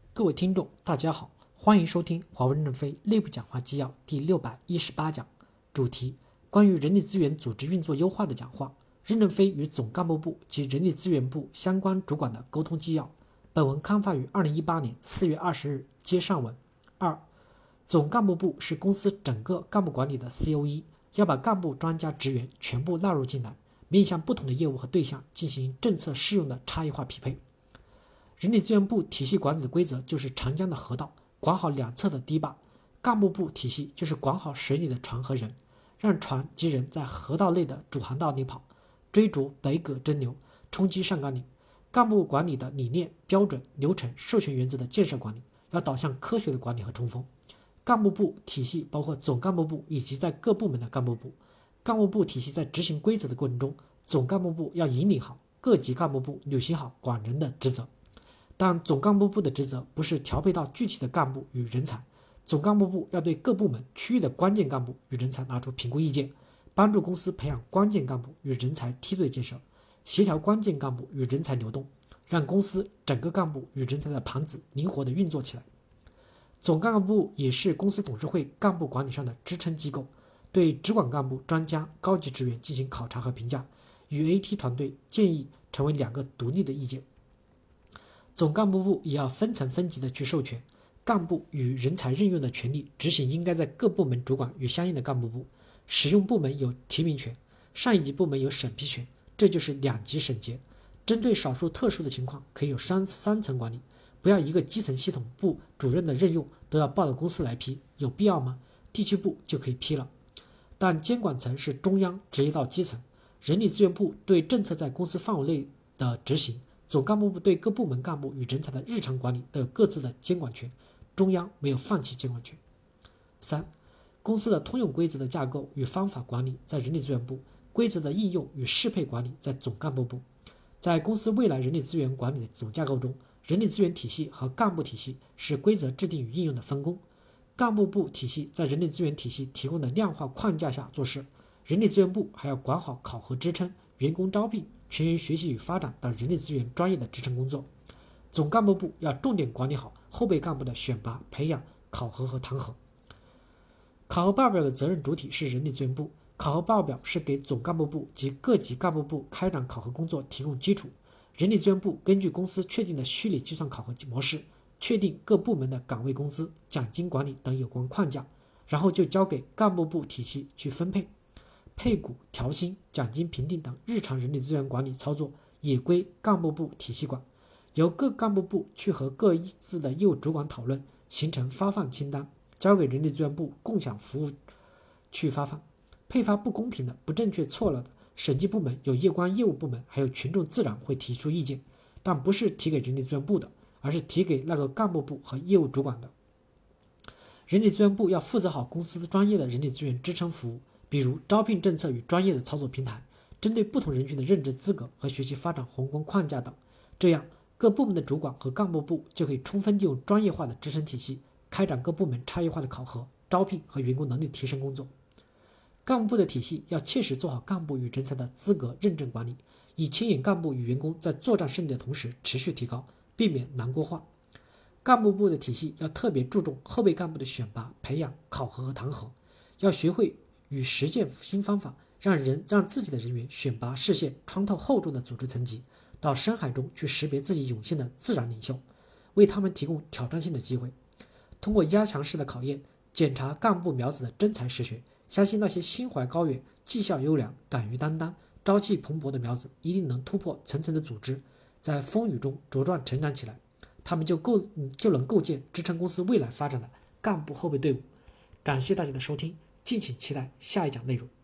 各位听众，大家好，欢迎收听华为任正非内部讲话纪要第618讲，主题：关于人力资源组织运作优化的讲话，任正非与总干部部及人力资源部相关主管的沟通纪要。本文刊发于2018年4月20日，接上文。二、总干部部是公司整个干部管理的 COE， 要把干部专家职员全部纳入进来，面向不同的业务和对象进行政策适用的差异化匹配。人力资源部体系管理的规则就是长江的河道，管好两侧的堤坝；干部部体系就是管好水里的船和人，让船及人在河道内的主航道里跑，追逐北葛争流，冲击上纲领。干部管理的理念、标准、流程、授权原则的建设管理，要导向科学的管理和冲锋。干部部体系包括总干部部以及在各部门的干部部。干部部体系在执行规则的过程中，总干部部要引领好各级干部部履行好管人的职责。但总干部部的职责不是调配到具体的干部与人才，总干部部要对各部门区域的关键干部与人才拿出评估意见，帮助公司培养关键干部与人才梯队建设，协调关键干部与人才流动，让公司整个干部与人才的盘子灵活地运作起来。总干部部也是公司董事会干部管理上的支撑机构，对直管干部、专家、高级职员进行考察和评价，与 AT 团队建议成为两个独立的意见。总干部部也要分层分级的去授权干部与人才任用的权利，执行应该在各部门主管与相应的干部部，使用部门有提名权，上一级部门有审批权，这就是两级审结。针对少数特殊的情况，可以有三层管理，不要一个基层系统部主任的任用都要报到公司来批，有必要吗？地区部就可以批了。但监管层是中央直接到基层，人力资源部对政策在公司范围内的执行，总干部部对各部门干部与人才的日常管理都有各自的监管权，中央没有放弃监管权。三、公司的通用规则的架构与方法管理在人力资源部，规则的应用与适配管理在总干部部。在公司未来人力资源管理的总架构中，人力资源体系和干部体系是规则制定与应用的分工。干部部体系在人力资源体系提供的量化框架下做事，人力资源部还要管好考核支撑、员工招聘、全员学习与发展等人力资源专业的支撑工作。总干部部要重点管理好后备干部的选拔、培养、考核和弹劾。考核报表的责任主体是人力资源部，考核报表是给总干部部及各级干部部开展考核工作提供基础。人力资源部根据公司确定的虚拟计算考核模式，确定各部门的岗位工资、奖金管理等有关框架，然后就交给干部部体系去分配。配股、调薪、奖金评定等日常人力资源管理操作也归干部部体系管，由各干部部去和各自的业务主管讨论，形成发放清单，交给人力资源部共享服务去发放。配发不公平的、不正确、错了的，审计部门有业关业务部门还有群众自然会提出意见，但不是提给人力资源部的，而是提给那个干部部和业务主管的。人力资源部要负责好公司专业的人力资源支撑服务，比如招聘政策与专业的操作平台，针对不同人群的任职资格和学习发展宏观框架等，这样各部门的主管和干部部就可以充分利用专业化的支撑体系，开展各部门差异化的考核、招聘和员工能力提升工作。干部部的体系要切实做好干部与人才的资格认证管理，以牵引干部与员工在作战胜利的同时持续提高，避免难过化。干部部的体系要特别注重后备干部的选拔、培养、考核和弹劾，要学会与实践新方法，让自己的人员选拔视线穿透厚重的组织层级，到深海中去识别自己涌现的自然领袖，为他们提供挑战性的机会。通过压强式的考验，检查干部苗子的真才实学，相信那些心怀高远、绩效优良、敢于担当、朝气蓬勃的苗子一定能突破层层的组织，在风雨中茁壮成长起来，他们就能构建支撑公司未来发展的干部后备队伍。感谢大家的收听，敬请期待下一讲内容。